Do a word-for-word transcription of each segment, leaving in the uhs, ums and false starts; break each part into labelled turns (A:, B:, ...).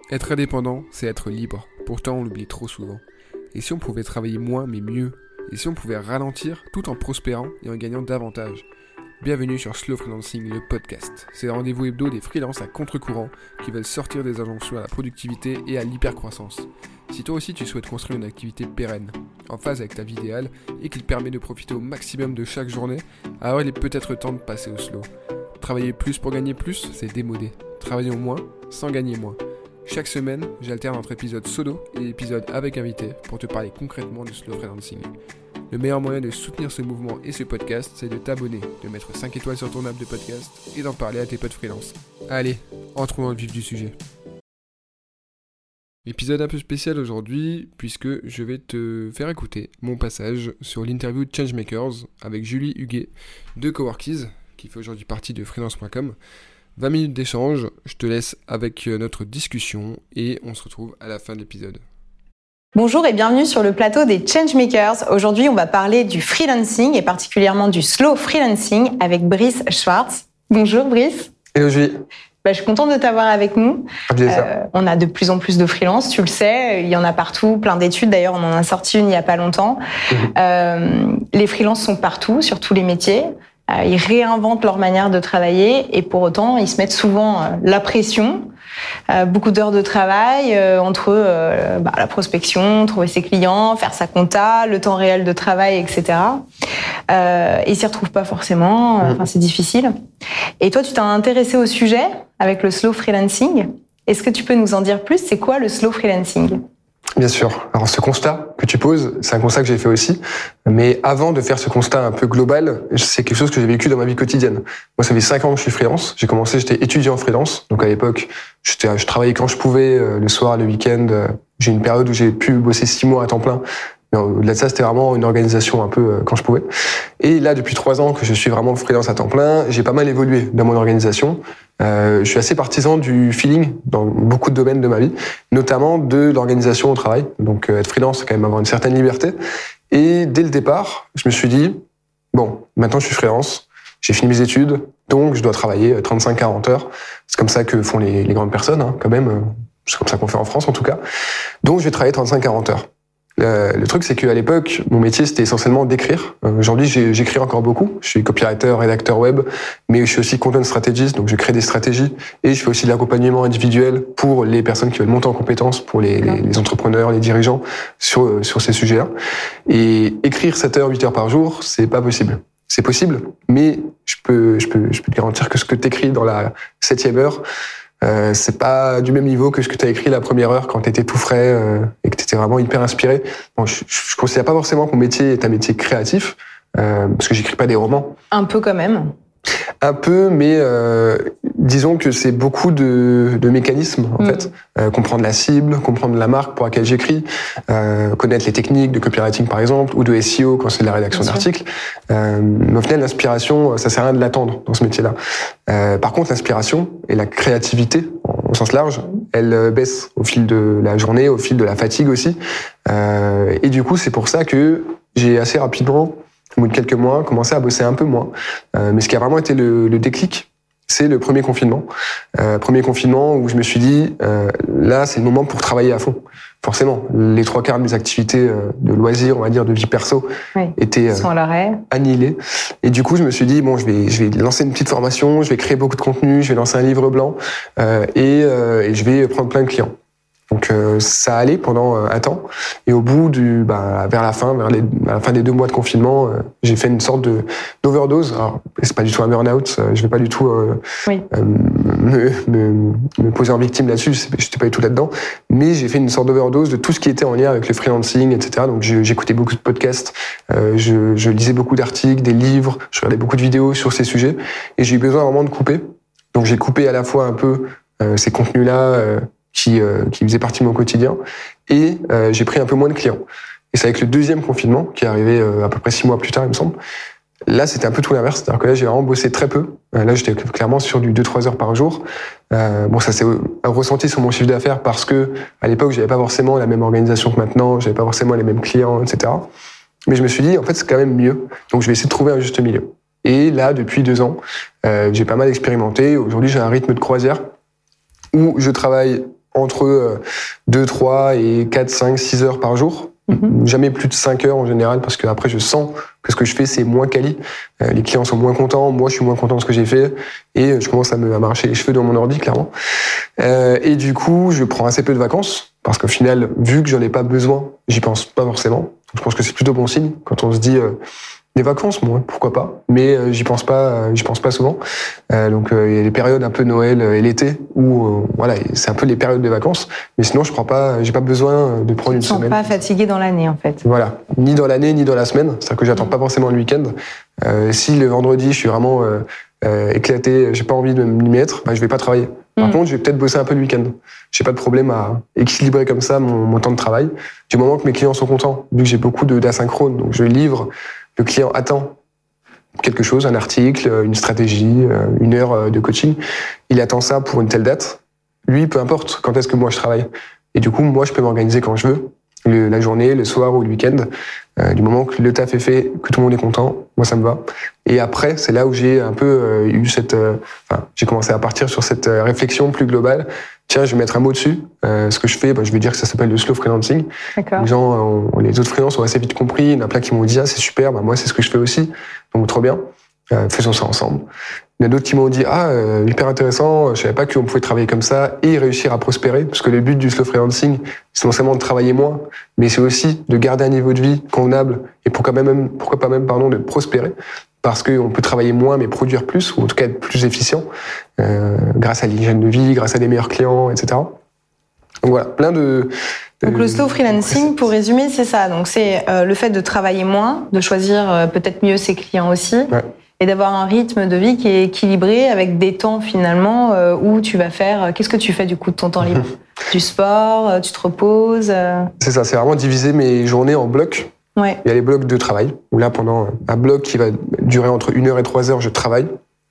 A: Être indépendant, c'est être libre. Pourtant, on l'oublie trop souvent. Et si on pouvait travailler moins mais mieux? Et si on pouvait ralentir tout en prospérant et en gagnant davantage? Bienvenue sur Slow Freelancing, le podcast. C'est le rendez-vous hebdo des freelances à contre-courant qui veulent sortir des injonctions à la productivité et à l'hypercroissance. Si toi aussi tu souhaites construire une activité pérenne, en phase avec ta vie idéale et qui te permet de profiter au maximum de chaque journée, alors il est peut-être temps de passer au slow. Travailler plus pour gagner plus, c'est démodé. Travaillons moins sans gagner moins. Chaque semaine, j'alterne entre épisodes solo et épisodes avec invité pour te parler concrètement du slow freelancing. Le meilleur moyen de soutenir ce mouvement et ce podcast, c'est de t'abonner, de mettre cinq étoiles sur ton app de podcast et d'en parler à tes potes freelance. Allez, entrons dans le vif du sujet. Épisode un peu spécial aujourd'hui, puisque je vais te faire écouter mon passage sur l'interview de Changemakers avec Julie Huguet de Coworkies, qui fait aujourd'hui partie de freelance point com. vingt minutes d'échange, je te laisse avec notre discussion et on se retrouve à la fin de l'épisode.
B: Bonjour et bienvenue sur le plateau des Changemakers. Aujourd'hui, on va parler du freelancing et particulièrement du slow freelancing avec Brice Schwartz. Bonjour Brice.
C: Hello Julie.
B: Bah, je suis contente de t'avoir avec nous. Euh, on a de plus en plus de freelance, tu le sais, il y en a partout, plein d'études. D'ailleurs, on en a sorti une il n'y a pas longtemps. Mmh. Euh, les freelances sont partout, sur tous les métiers. Euh, ils réinventent leur manière de travailler et pour autant, ils se mettent souvent euh, la pression. Euh, beaucoup d'heures de travail euh, entre euh, bah, la prospection, trouver ses clients, faire sa compta, le temps réel de travail, et cetera. Euh, et ils s'y retrouvent pas forcément. Enfin, mmh. c'est difficile. Et toi, tu t'es intéressé au sujet avec le slow freelancing. Est-ce que tu peux nous en dire plus? C'est quoi le slow freelancing?
C: Bien sûr. Alors ce constat que tu poses, c'est un constat que j'ai fait aussi. Mais avant de faire ce constat un peu global, c'est quelque chose que j'ai vécu dans ma vie quotidienne. Moi, ça fait cinq ans que je suis freelance. J'ai commencé, j'étais étudiant en freelance. Donc à l'époque, j'étais, je travaillais quand je pouvais, le soir, le week-end. J'ai une période où j'ai pu bosser six mois à temps plein. Mais au-delà de ça, c'était vraiment une organisation un peu quand je pouvais. Et là, depuis trois ans que je suis vraiment freelance à temps plein, j'ai pas mal évolué dans mon organisation. Euh, je suis assez partisan du feeling dans beaucoup de domaines de ma vie, notamment de l'organisation au travail. Donc euh, être freelance, c'est quand même avoir une certaine liberté. Et dès le départ, je me suis dit, bon, maintenant je suis freelance, j'ai fini mes études, donc je dois travailler trente-cinq à quarante heures. C'est comme ça que font les, les grandes personnes, hein, quand même. C'est comme ça qu'on fait en France, en tout cas. Donc je vais travailler trente-cinq à quarante heures. Euh, le truc, c'est qu'à l'époque, mon métier, c'était essentiellement d'écrire. Euh, aujourd'hui, j'ai, j'écris encore beaucoup. Je suis copywriter, rédacteur web, mais je suis aussi content strategist, donc je crée des stratégies. Et je fais aussi de l'accompagnement individuel pour les personnes qui veulent monter en compétences, pour les, les, les entrepreneurs, les dirigeants, sur, sur ces sujets-là. Et écrire sept heures, huit heures par jour, c'est pas possible. C'est possible, mais je peux, je peux, je peux te garantir que ce que t'écris dans la septième heure, Euh, c'est pas du même niveau que ce que tu as écrit la première heure quand tu étais tout frais euh, et que tu étais vraiment hyper inspiré. Bon, je, je considère pas forcément que mon métier est un métier créatif, euh, parce que j'écris pas des romans.
B: Un peu quand même.
C: Un peu, mais euh, disons que c'est beaucoup de, de mécanismes, en mmh. fait. Euh, comprendre la cible, comprendre la marque pour laquelle j'écris, euh, connaître les techniques de copywriting, par exemple, ou de S E O quand c'est de la rédaction Bien d'articles. Euh, mais au final, l'inspiration, ça sert à rien de l'attendre dans ce métier-là. Euh, par contre, l'inspiration et la créativité, au sens large, elle baisse au fil de la journée, au fil de la fatigue aussi. Euh, et du coup, c'est pour ça que j'ai assez rapidement, au bout de quelques mois, commencé à bosser un peu moins. Euh, mais ce qui a vraiment été le, le déclic, c'est le premier confinement. Euh, premier confinement où je me suis dit, euh, là, c'est le moment pour travailler à fond. Forcément, les trois quarts de mes activités euh, de loisirs, on va dire, de vie perso, oui, étaient euh,
B: sont à l'arrêt.
C: annihilées. Et du coup, je me suis dit, bon, je vais, je vais lancer une petite formation, je vais créer beaucoup de contenu, je vais lancer un livre blanc euh, et, euh, et je vais prendre plein de clients. Donc euh, ça allait pendant euh, un temps, et au bout du, bah, vers la fin, vers les, à la fin des deux mois de confinement, euh, j'ai fait une sorte de d'overdose. Alors c'est pas du tout un burn-out, euh, je vais pas du tout euh, oui. euh, me, me, me poser en victime là-dessus, j'étais pas du tout là-dedans, mais j'ai fait une sorte d'overdose de tout ce qui était en lien avec le freelancing, et cetera. Donc je, j'écoutais beaucoup de podcasts, euh, je, je lisais beaucoup d'articles, des livres, je regardais beaucoup de vidéos sur ces sujets, et j'ai eu besoin vraiment de couper. Donc j'ai coupé à la fois un peu euh, ces contenus-là. Euh, qui euh, qui faisait partie de mon quotidien, et euh, j'ai pris un peu moins de clients. Et c'est avec le deuxième confinement, qui est arrivé euh, à peu près six mois plus tard, il me semble. Là, c'était un peu tout l'inverse, c'est-à-dire que là, j'ai vraiment bossé très peu. Euh, là, j'étais clairement sur du deux à trois heures par jour. Euh, bon, ça s'est ressenti sur mon chiffre d'affaires parce que à l'époque, j'avais pas forcément la même organisation que maintenant, j'avais pas forcément les mêmes clients, et cetera. Mais je me suis dit, en fait, c'est quand même mieux. Donc, je vais essayer de trouver un juste milieu. Et là, depuis deux ans, euh, j'ai pas mal expérimenté. Aujourd'hui, j'ai un rythme de croisière où je travaille entre euh, deux, trois et quatre, cinq, six heures par jour. Mm-hmm. Jamais plus de cinq heures en général, parce que après je sens que ce que je fais c'est moins quali. Euh, les clients sont moins contents, moi je suis moins content de ce que j'ai fait, et je commence à me à m'arracher les cheveux dans mon ordi clairement. Euh, et du coup, je prends assez peu de vacances, parce qu'au final, vu que j'en ai pas besoin, j'y pense pas forcément. Donc, je pense que c'est plutôt bon signe quand on se dit euh, des vacances, moi, pourquoi pas, mais euh, j'y pense pas, euh, j'y pense pas souvent. Euh, donc il euh, y a les périodes un peu Noël et l'été où euh, voilà, c'est un peu les périodes de vacances, mais sinon je prends pas, j'ai pas besoin de prendre une semaine. Tu
B: ne te sens pas fatigué dans l'année en fait.
C: Voilà, ni dans l'année ni dans la semaine, c'est-à-dire que j'attends mmh. pas forcément le week-end. Euh, si le vendredi je suis vraiment euh, euh, éclaté, j'ai pas envie de m'y mettre, bah, je vais pas travailler. Par mmh. contre, je vais peut-être bosser un peu le week-end. J'ai pas de problème à équilibrer comme ça mon, mon temps de travail. Du moment que mes clients sont contents, vu que j'ai beaucoup de, d'asynchrone, donc je livre. Le client attend quelque chose, un article, une stratégie, une heure de coaching. Il attend ça pour une telle date. Lui, peu importe quand est-ce que moi je travaille. Et du coup, moi, je peux m'organiser quand je veux, le, la journée, le soir ou le week-end. Euh, du moment que le taf est fait, que tout le monde est content, moi ça me va. Et après, c'est là où j'ai un peu euh, eu cette... Euh, enfin, j'ai commencé à partir sur cette euh, réflexion plus globale. Tiens, je vais mettre un mot dessus. Euh, ce que je fais, bah, je vais dire que ça s'appelle le slow freelancing.
B: D'accord.
C: Les gens, on, les autres freelances ont assez vite compris. Il y en a plein qui m'ont dit ah c'est super, bah moi c'est ce que je fais aussi. Donc trop bien. Euh, faisons ça ensemble. Il y en a d'autres qui m'ont dit ah euh, hyper intéressant. Je savais pas qu'on pouvait travailler comme ça et réussir à prospérer, parce que le but du slow freelancing, c'est non seulement de travailler moins, mais c'est aussi de garder un niveau de vie convenable et pourquoi même, pourquoi pas même pardon de prospérer. Parce qu'on peut travailler moins mais produire plus, ou en tout cas être plus efficient, euh, grâce à l'hygiène de vie, grâce à des meilleurs clients, et cetera. Donc voilà, plein de... de
B: Donc le slow freelancing, pour résumer, c'est ça. Donc c'est euh, le fait de travailler moins, de choisir euh, peut-être mieux ses clients aussi, ouais. et d'avoir un rythme de vie qui est équilibré avec des temps finalement euh, où tu vas faire... Qu'est-ce que tu fais du coup de ton temps libre? Du sport, euh, tu te reposes euh... C'est
C: ça, c'est vraiment diviser mes journées en blocs.
B: Ouais.
C: Il y a les blocs de travail, où là, pendant un bloc qui va durer entre une heure et trois heures, je travaille.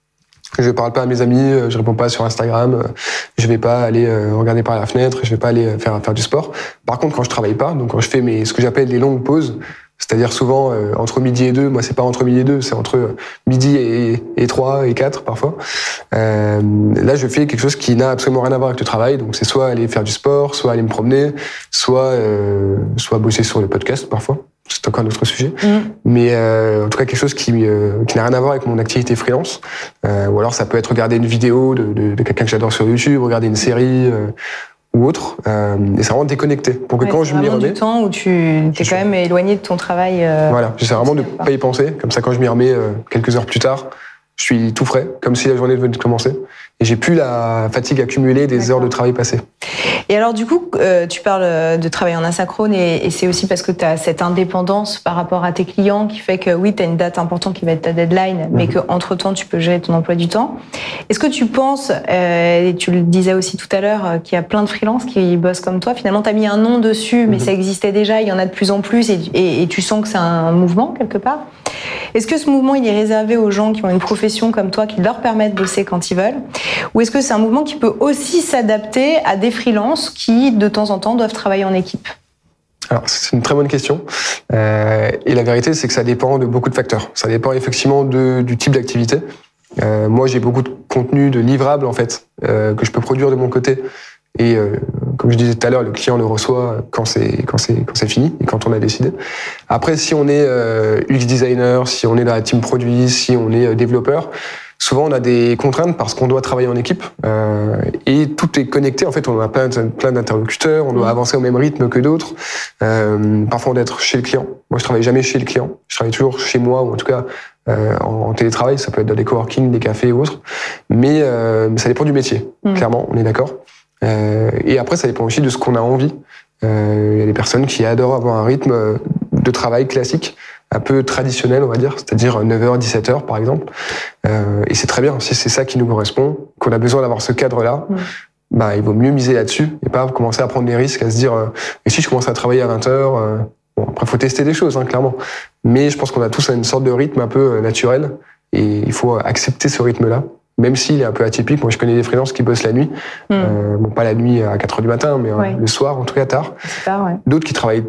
C: Je parle pas à mes amis, je réponds pas sur Instagram, je vais pas aller regarder par la fenêtre, je vais pas aller faire, faire du sport. Par contre, quand je travaille pas, donc quand je fais mes, ce que j'appelle les longues pauses, c'est-à-dire souvent euh, entre midi et deux, moi c'est pas entre midi et deux, c'est entre midi et, et trois et quatre parfois. Euh, là, je fais quelque chose qui n'a absolument rien à voir avec le travail, donc c'est soit aller faire du sport, soit aller me promener, soit, euh, soit bosser sur le podcast parfois. C'est encore un autre sujet, mmh. mais euh, en tout cas quelque chose qui, euh, qui n'a rien à voir avec mon activité freelance. Euh, ou alors ça peut être regarder une vidéo de, de, de quelqu'un que j'adore sur YouTube, regarder une série euh, ou autre. Euh, et c'est vraiment déconnecté pour que ouais, quand je m'y remets,
B: du temps où tu es quand même éloigné de ton travail. Euh,
C: voilà, j'essaie vraiment de pas y penser. Comme ça, quand je m'y remets euh, quelques heures plus tard, je suis tout frais, comme si la journée venait de commencer. Et j'ai plus la fatigue accumulée des D'accord. heures de travail passées.
B: Et alors du coup, euh, tu parles de travail en asynchrone et, et c'est aussi parce que tu as cette indépendance par rapport à tes clients qui fait que oui, tu as une date importante qui va être ta deadline, mais mmh. qu'entre-temps, tu peux gérer ton emploi du temps. Est-ce que tu penses, euh, et tu le disais aussi tout à l'heure, euh, qu'il y a plein de freelances qui bossent comme toi, finalement tu as mis un nom dessus, mais mmh. ça existait déjà, il y en a de plus en plus et, et, et tu sens que c'est un mouvement quelque part. Est-ce que ce mouvement il est réservé aux gens qui ont une profession comme toi qui leur permet de bosser quand ils veulent, ou est-ce que c'est un mouvement qui peut aussi s'adapter à des freelances qui de temps en temps doivent travailler en équipe?
C: Alors c'est une très bonne question euh, et la vérité c'est que ça dépend de beaucoup de facteurs. Ça dépend effectivement de, du type d'activité. Euh, moi j'ai beaucoup de contenu de livrables en fait euh, que je peux produire de mon côté. Et euh, comme je disais tout à l'heure, le client le reçoit quand c'est quand c'est quand c'est fini et quand on a décidé. Après, si on est euh, U X designer, si on est dans la team produit, si on est euh, développeur, souvent on a des contraintes parce qu'on doit travailler en équipe euh, et tout est connecté. En fait, on a plein plein d'interlocuteurs, on doit avancer au même rythme que d'autres. Euh, parfois, on doit être chez le client. Moi, je travaille jamais chez le client. Je travaille toujours chez moi ou en tout cas euh, en, en télétravail. Ça peut être dans des coworking, des cafés ou autres. Mais euh, ça dépend du métier. Mmh. Clairement, on est d'accord. Euh, et après, ça dépend aussi de ce qu'on a envie. Euh, il y a des personnes qui adorent avoir un rythme de travail classique, un peu traditionnel, on va dire, c'est-à-dire neuf heures, dix-sept heures, par exemple. Euh, et c'est très bien. Si c'est ça qui nous correspond, qu'on a besoin d'avoir ce cadre-là, mmh. bah, il vaut mieux miser là-dessus et pas commencer à prendre des risques, à se dire, euh, et si je commence à travailler à vingt heures, euh, bon, après, faut tester des choses, hein, clairement. Mais je pense qu'on a tous une sorte de rythme un peu naturel et il faut accepter ce rythme-là. Même s'il est un peu atypique. Moi, je connais des freelances qui bossent la nuit. Mmh. Euh, bon, pas la nuit à quatre heures du matin, mais ouais. euh, le soir, en tout cas, tard.
B: tard ouais.
C: D'autres qui travaillent tôt.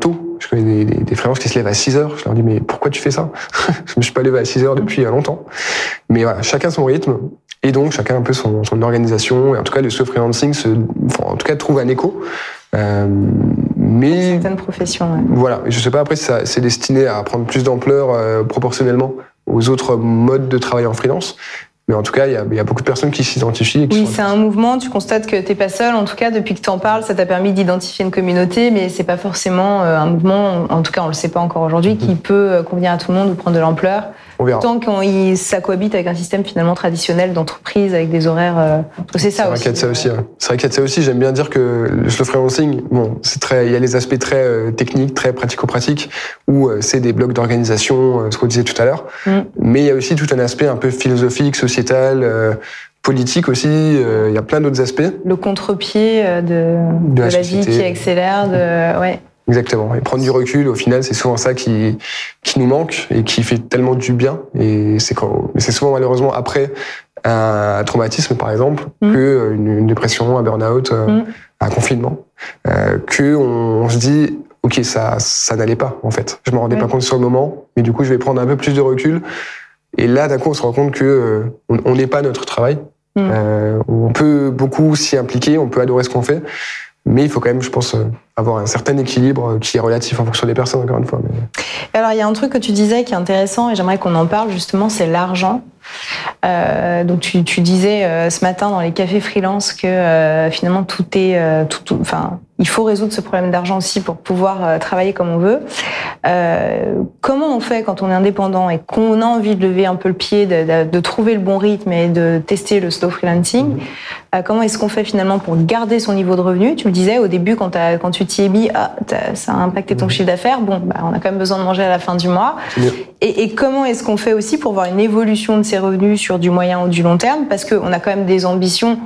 C: Je connais des, des, des freelances qui se lèvent à six heures. Je leur dis, mais pourquoi tu fais ça? Je me suis pas levé à six heures depuis longtemps. Mais voilà, chacun son rythme. Et donc, chacun un peu son, son organisation. Et en tout cas, le slow freelancing, se, enfin, en tout cas, trouve un écho. Euh, mais
B: certaines professions. Ouais.
C: Voilà. Je sais pas après si ça, c'est destiné à prendre plus d'ampleur euh, proportionnellement aux autres modes de travail en freelance. Mais en tout cas, il y a, il y a beaucoup de personnes qui s'identifient. Et qui
B: oui, c'est un mouvement. Tu constates que t'es pas seul. En tout cas, depuis que t'en parles, ça t'a permis d'identifier une communauté, mais c'est pas forcément un mouvement. En tout cas, on le sait pas encore aujourd'hui, qui peut convenir à tout le monde ou prendre de l'ampleur.
C: On verra.
B: Tant qu'on ça cohabite avec un système finalement traditionnel d'entreprise avec des horaires. Euh, c'est ça
C: c'est
B: aussi.
C: Vrai qu'il y a de ça aussi. Ouais. C'est vrai qu'il y a de ça aussi. J'aime bien dire que le slow freelancing, bon, c'est très, il y a les aspects très euh, techniques, très pratico-pratiques, où euh, c'est des blocs d'organisation, euh, ce qu'on disait tout à l'heure. Mm. Mais il y a aussi tout un aspect un peu philosophique, sociétal. Euh, politique aussi, euh, il y a plein d'autres aspects.
B: Le contre-pied de, de, de la, la vie qui accélère, de, ouais.
C: Exactement. Et prendre du recul, au final, c'est souvent ça qui qui nous manque et qui fait tellement du bien. Et c'est quand, c'est souvent malheureusement après un traumatisme, par exemple, mmh. que une, une dépression, un burn-out, mmh. un confinement, euh, que on, on se dit, ok, ça ça n'allait pas en fait. Je m'en rendais mmh. pas compte sur le moment, mais du coup, je vais prendre un peu plus de recul. Et là, d'un coup, on se rend compte que euh, on n'est pas notre travail. Mmh. Euh, on peut beaucoup s'y impliquer, on peut adorer ce qu'on fait. Mais il faut quand même, je pense, avoir un certain équilibre qui est relatif en fonction des personnes, encore une fois. Mais...
B: Alors, il y a un truc que tu disais qui est intéressant et j'aimerais qu'on en parle, justement, c'est l'argent. Euh, donc, tu, tu disais euh, ce matin dans les cafés freelance que euh, finalement, tout est... Euh, tout, tout, enfin, il faut résoudre ce problème d'argent aussi pour pouvoir euh, travailler comme on veut. Euh, comment on fait quand on est indépendant et qu'on a envie de lever un peu le pied, de, de, de trouver le bon rythme et de tester le slow freelancing? Mmh. euh, Comment est-ce qu'on fait finalement pour garder son niveau de revenu? Tu me disais au début, quand, t'as, quand tu t'y es mis, ah, ça a impacté ton mmh. chiffre d'affaires. Bon, bah, on a quand même besoin de manger à la fin du mois. Et, et comment est-ce qu'on fait aussi pour voir une évolution de ses revenus sur du moyen ou du long terme? Parce qu'on a quand même des ambitions...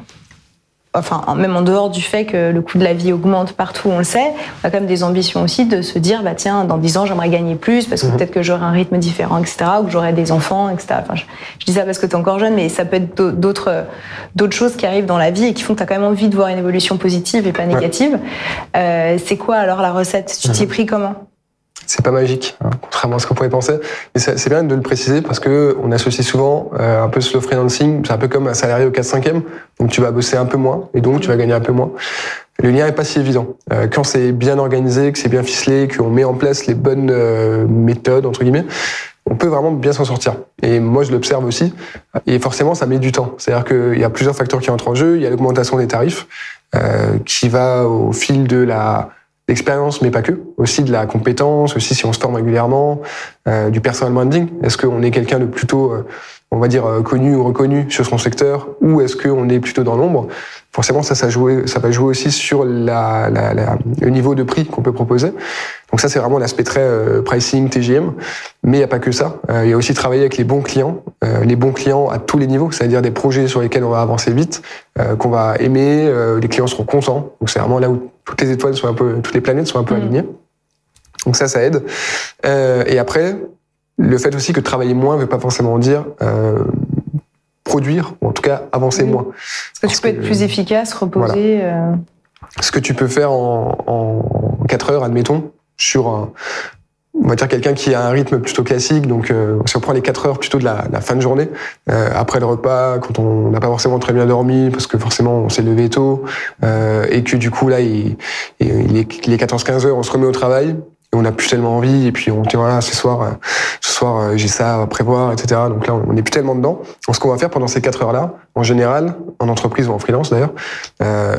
B: Enfin, même en dehors du fait que le coût de la vie augmente partout, on le sait, on a quand même des ambitions aussi de se dire, bah tiens, dans dix ans, j'aimerais gagner plus parce que mmh. peut-être que j'aurai un rythme différent, et cetera, ou que j'aurai des enfants, et cetera. Enfin, je, je dis ça parce que t'es encore jeune, mais ça peut être d'autres, d'autres choses qui arrivent dans la vie et qui font que t'as quand même envie de voir une évolution positive et pas négative. Ouais. Euh, c'est quoi alors la recette? Tu t'y es pris comment?
C: C'est pas magique, hein, contrairement à ce qu'on pourrait penser. Mais c'est bien de le préciser parce que on associe souvent euh, un peu slow freelancing, c'est un peu comme un salarié au quatre cinquième, donc tu vas bosser un peu moins et donc tu vas gagner un peu moins. Le lien est pas si évident. Euh, quand c'est bien organisé, que c'est bien ficelé, qu'on met en place les bonnes euh, méthodes, entre guillemets, on peut vraiment bien s'en sortir. Et moi, je l'observe aussi. Et forcément, ça met du temps. C'est-à-dire qu'il y a plusieurs facteurs qui entrent en jeu. Il y a l'augmentation des tarifs euh, qui va au fil de la... l'expérience, mais pas que, aussi de la compétence, aussi si on se forme régulièrement, euh, du personal branding. Est-ce qu'on est quelqu'un de plutôt, euh, on va dire, euh, connu ou reconnu sur son secteur, ou est-ce qu'on est plutôt dans l'ombre? Forcément, ça, ça, joue, ça va jouer aussi sur la, la, la, le niveau de prix qu'on peut proposer. Donc ça, c'est vraiment l'aspect très euh, pricing, T G M. Mais il n'y a pas que ça. Euh, il y a aussi travailler avec les bons clients, euh, les bons clients à tous les niveaux, c'est-à-dire des projets sur lesquels on va avancer vite, euh, qu'on va aimer, euh, les clients seront contents. Donc c'est vraiment là où toutes les étoiles sont un peu, toutes les planètes sont un peu mmh. alignées. Donc ça, ça aide. Euh, et après, le fait aussi que travailler moins ne veut pas forcément dire euh, produire, ou en tout cas avancer oui. moins.
B: Est-ce que Parce tu peux que, être plus efficace, reposer voilà. euh...
C: Ce que tu peux faire en, en quatre heures, admettons, sur un, on va dire quelqu'un qui a un rythme plutôt classique, donc euh, si on prend les quatre heures plutôt de la, la fin de journée, euh, après le repas, quand on n'a pas forcément très bien dormi, parce que forcément on s'est levé tôt, euh, et que du coup là, il, il est, il est quatorze quinze heures, on se remet au travail, et on n'a plus tellement envie, et puis on dit voilà, ce soir, euh, ce soir euh, j'ai ça à prévoir, et cetera. Donc là, on n'est plus tellement dedans. Donc ce qu'on va faire pendant ces quatre heures-là, en général, en entreprise ou en freelance d'ailleurs, euh,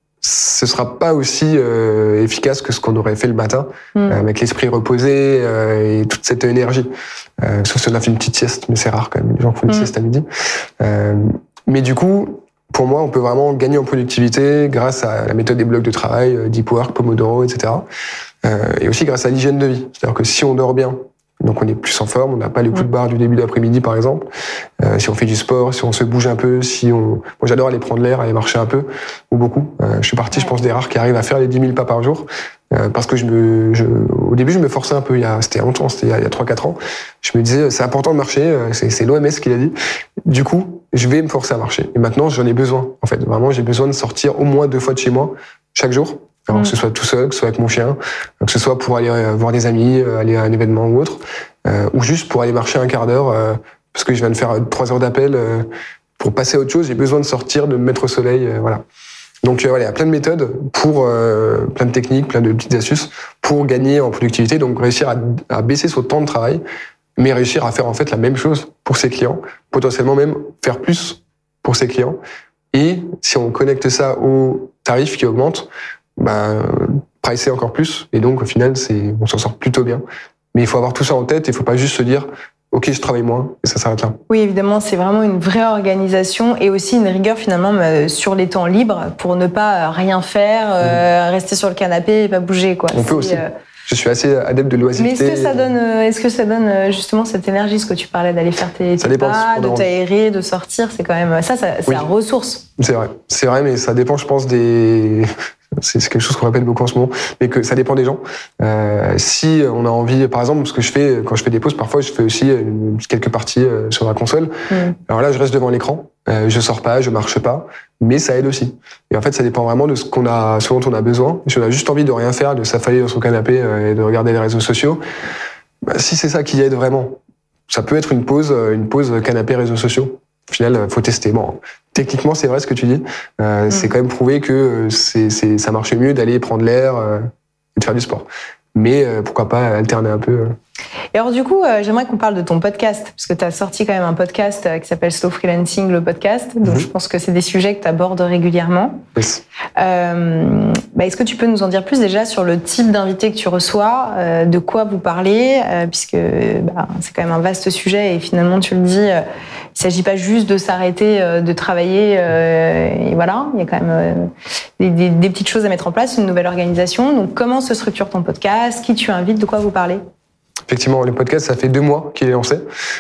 C: ce sera pas aussi euh, efficace que ce qu'on aurait fait le matin, mmh. euh, avec l'esprit reposé euh, et toute cette énergie. Euh, sauf si on a fait une petite sieste, mais c'est rare quand même, les gens font une mmh. sieste à midi. Euh, mais du coup, pour moi, on peut vraiment gagner en productivité grâce à la méthode des blocs de travail, Deep Work, Pomodoro, et cetera. Euh, et aussi grâce à l'hygiène de vie. C'est-à-dire que si on dort bien, donc on est plus en forme, on n'a pas les coups de barre du début d'après-midi par exemple. Euh, si on fait du sport, si on se bouge un peu, si on... Moi j'adore aller prendre l'air, aller marcher un peu, ou beaucoup. Euh, je suis parti, je pense, des rares qui arrivent à faire les dix mille pas par jour. Euh, parce que je me... Je... Au début je me forçais un peu, il y a... c'était longtemps, c'était il y a trois quatre ans. Je me disais, c'est important de marcher, c'est, c'est l'O M S qui l'a dit. Du coup, je vais me forcer à marcher. Et maintenant j'en ai besoin, en fait. Vraiment, j'ai besoin de sortir au moins deux fois de chez moi, chaque jour. Alors, mmh. que ce soit tout seul, que ce soit avec mon chien, que ce soit pour aller voir des amis, aller à un événement ou autre, euh, ou juste pour aller marcher un quart d'heure, euh, parce que je viens de faire trois heures d'appel, euh, pour passer à autre chose, j'ai besoin de sortir, de me mettre au soleil, euh, voilà. Donc euh, voilà, il y a plein de méthodes, pour euh, plein de techniques, plein de petites astuces pour gagner en productivité, donc réussir à, à baisser son temps de travail, mais réussir à faire en fait la même chose pour ses clients, potentiellement même faire plus pour ses clients. Et si on connecte ça aux tarifs qui augmentent, bah, pricer encore plus, et donc au final, c'est, on s'en sort plutôt bien. Mais il faut avoir tout ça en tête, il faut pas juste se dire « Ok, je travaille moins », et ça s'arrête là.
B: Oui, évidemment, c'est vraiment une vraie organisation et aussi une rigueur finalement sur les temps libres pour ne pas rien faire, euh, mmh. rester sur le canapé et pas bouger, quoi.
C: On peut aussi. Euh... Je suis assez adepte de l'oisiveté.
B: Mais est-ce que ça donne, est-ce que ça donne justement cette énergie, ce que tu parlais d'aller faire tes, tes pas, de t'aérer, de sortir, c'est quand même ça, ça c'est oui. la ressource.
C: C'est vrai, c'est vrai, mais ça dépend, je pense, des. C'est quelque chose qu'on répète beaucoup en ce moment, mais que ça dépend des gens. Euh, si on a envie, par exemple, ce que je fais quand je fais des pauses, parfois je fais aussi une, quelques parties sur la console. Mm. Alors là, je reste devant l'écran, euh, je sors pas, je marche pas, mais ça aide aussi. Et en fait, ça dépend vraiment de ce qu'on a, ce dont on a besoin. Si on a juste envie de rien faire, de s'affaler dans son canapé et de regarder les réseaux sociaux, bah, si c'est ça qui aide vraiment, ça peut être une pause, une pause canapé réseaux sociaux. Au final, faut tester. Bon, techniquement, c'est vrai ce que tu dis. Euh, mmh. C'est quand même prouvé que c'est, c'est, ça marche mieux d'aller prendre l'air euh, et de faire du sport. Mais euh, pourquoi pas alterner un peu. Euh.
B: Et alors du coup, euh, j'aimerais qu'on parle de ton podcast, parce que tu as sorti quand même un podcast euh, qui s'appelle Slow Freelancing, le podcast. Donc mmh. je pense que c'est des sujets que tu abordes régulièrement.
C: Yes.
B: Euh, bah, est-ce que tu peux nous en dire plus déjà sur le type d'invité que tu reçois, euh, de quoi vous parlez, euh, puisque bah, c'est quand même un vaste sujet et finalement tu le dis, euh, il ne s'agit pas juste de s'arrêter, euh, de travailler euh, et voilà, il y a quand même euh, des, des, des petites choses à mettre en place, une nouvelle organisation. Donc comment se structure ton podcast, qui tu invites, de quoi vous parlez?
C: Effectivement, le podcast, ça fait deux mois qu'il est lancé.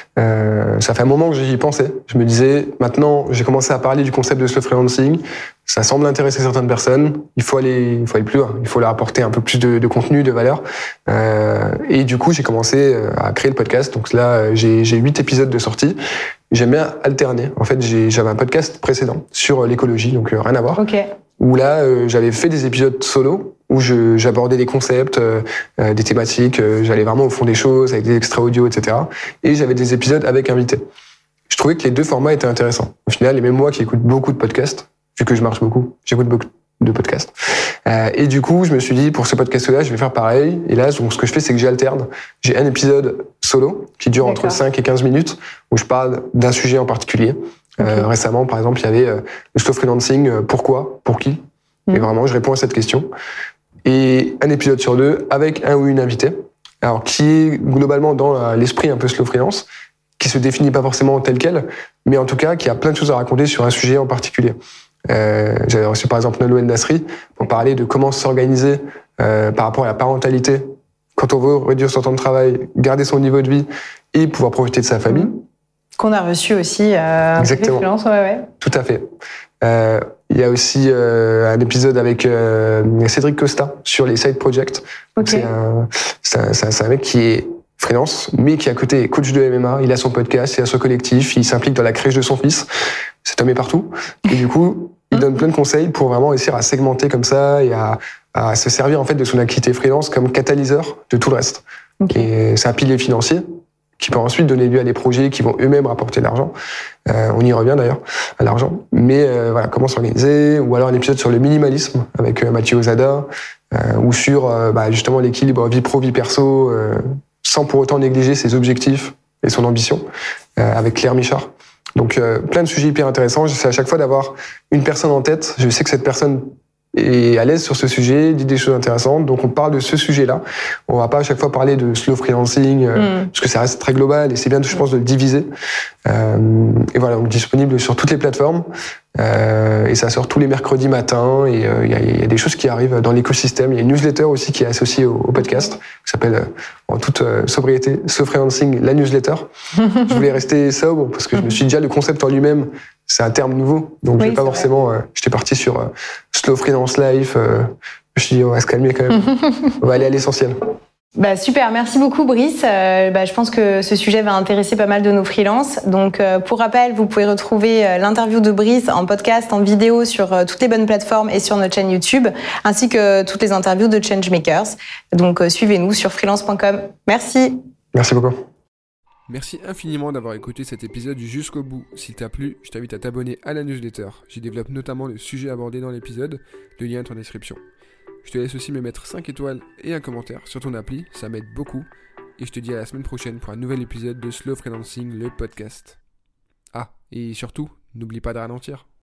C: Euh, ça fait un moment que j'y pensais. Je me disais, maintenant, j'ai commencé à parler du concept de slow freelancing. Ça semble intéresser certaines personnes. Il faut aller, il faut aller plus loin. Il faut leur apporter un peu plus de, de contenu, de valeur. Euh, et du coup, j'ai commencé à créer le podcast. Donc là, j'ai, j'ai huit épisodes de sortie. J'aime bien alterner. En fait, j'ai, j'avais un podcast précédent sur l'écologie, donc euh, rien à voir.
B: Okay.
C: Où là, euh, j'avais fait des épisodes solo, où je, j'abordais des concepts, euh, des thématiques, euh, j'allais vraiment au fond des choses, avec des extraits audio, et cetera. Et j'avais des épisodes avec invités. Je trouvais que les deux formats étaient intéressants. Au final, et même moi qui écoute beaucoup de podcasts, vu que je marche beaucoup, j'écoute beaucoup de podcasts. Euh, et du coup, je me suis dit, pour ce podcast-là, je vais faire pareil. Et là, donc, ce que je fais, c'est que j'alterne. J'ai un épisode solo, qui dure D'accord. entre cinq et quinze minutes, où je parle d'un sujet en particulier. Okay. Euh, récemment, par exemple, il y avait euh, le slow freelancing, euh, pourquoi, pour qui. Mmh. Et vraiment, je réponds à cette question. Et un épisode sur deux avec un ou une invitée, alors qui est globalement dans l'esprit un peu slow freelance, qui se définit pas forcément tel quel, mais en tout cas qui a plein de choses à raconter sur un sujet en particulier. Euh, j'avais reçu par exemple Nolwenn Nasri pour parler de comment s'organiser euh, par rapport à la parentalité quand on veut réduire son temps de travail, garder son niveau de vie et pouvoir profiter de sa famille. Mmh.
B: Qu'on a reçu aussi euh,
C: Exactement.
B: Freelance, ouais, ouais.
C: Tout à fait. Euh, il y a aussi euh, un épisode avec euh, Cédric Costa sur les side projects.
B: Okay.
C: C'est, un, c'est, un, c'est, un, c'est un mec qui est freelance, mais qui à côté est coach de M M A. Il a son podcast, il a son collectif, il s'implique dans la crèche de son fils. Cet homme est partout. Et du coup, il donne plein de conseils pour vraiment réussir à segmenter comme ça et à, à se servir en fait de son activité freelance comme catalyseur de tout le reste. Okay. Et c'est un pilier financier qui peut ensuite donner lieu à des projets qui vont eux-mêmes rapporter de l'argent. Euh, on y revient d'ailleurs, à l'argent. Mais euh, voilà, comment s'organiser, ou alors un épisode sur le minimalisme avec euh, Mathieu Ozada, euh, ou sur euh, bah, justement l'équilibre vie pro, vie perso, euh, sans pour autant négliger ses objectifs et son ambition, euh, avec Claire Michard. Donc euh, plein de sujets hyper intéressants. J'essaie à chaque fois d'avoir une personne en tête. Je sais que cette personne est à l'aise sur ce sujet, dit des choses intéressantes. Donc on parle de ce sujet-là. On va pas à chaque fois parler de slow freelancing, euh, mm. parce que ça reste très global et c'est bien, je pense, de le diviser. Euh, et voilà, donc disponible sur toutes les plateformes. Euh, et ça sort tous les mercredis matins. Et il euh, y, y a des choses qui arrivent dans l'écosystème. Il y a une newsletter aussi qui est associée au, au podcast, qui s'appelle, euh, en toute euh, sobriété, Slow Freelancing, la newsletter. Je voulais rester sobre parce que je me suis dit déjà le concept en lui-même, c'est un terme nouveau. Donc oui, j'ai pas forcément. Euh, j'étais parti sur euh, Slow Freelance Life. Euh, je me suis dit on va se calmer quand même. On va aller à l'essentiel.
B: Bah super, merci beaucoup Brice. Euh, bah, je pense que ce sujet va intéresser pas mal de nos freelances. Donc euh, pour rappel, vous pouvez retrouver euh, l'interview de Brice en podcast, en vidéo sur euh, toutes les bonnes plateformes et sur notre chaîne YouTube, ainsi que toutes les interviews de Changemakers. Donc euh, suivez-nous sur freelance point com. Merci.
C: Merci beaucoup.
A: Merci infiniment d'avoir écouté cet épisode jusqu'au bout. S'il t'a plu, je t'invite à t'abonner à la newsletter. J'y développe notamment le sujet abordé dans l'épisode, le lien est en description. Je te laisse aussi me mettre cinq étoiles et un commentaire sur ton appli, ça m'aide beaucoup. Et je te dis à la semaine prochaine pour un nouvel épisode de Slow Freelancing, le podcast. Ah, et surtout, n'oublie pas de ralentir.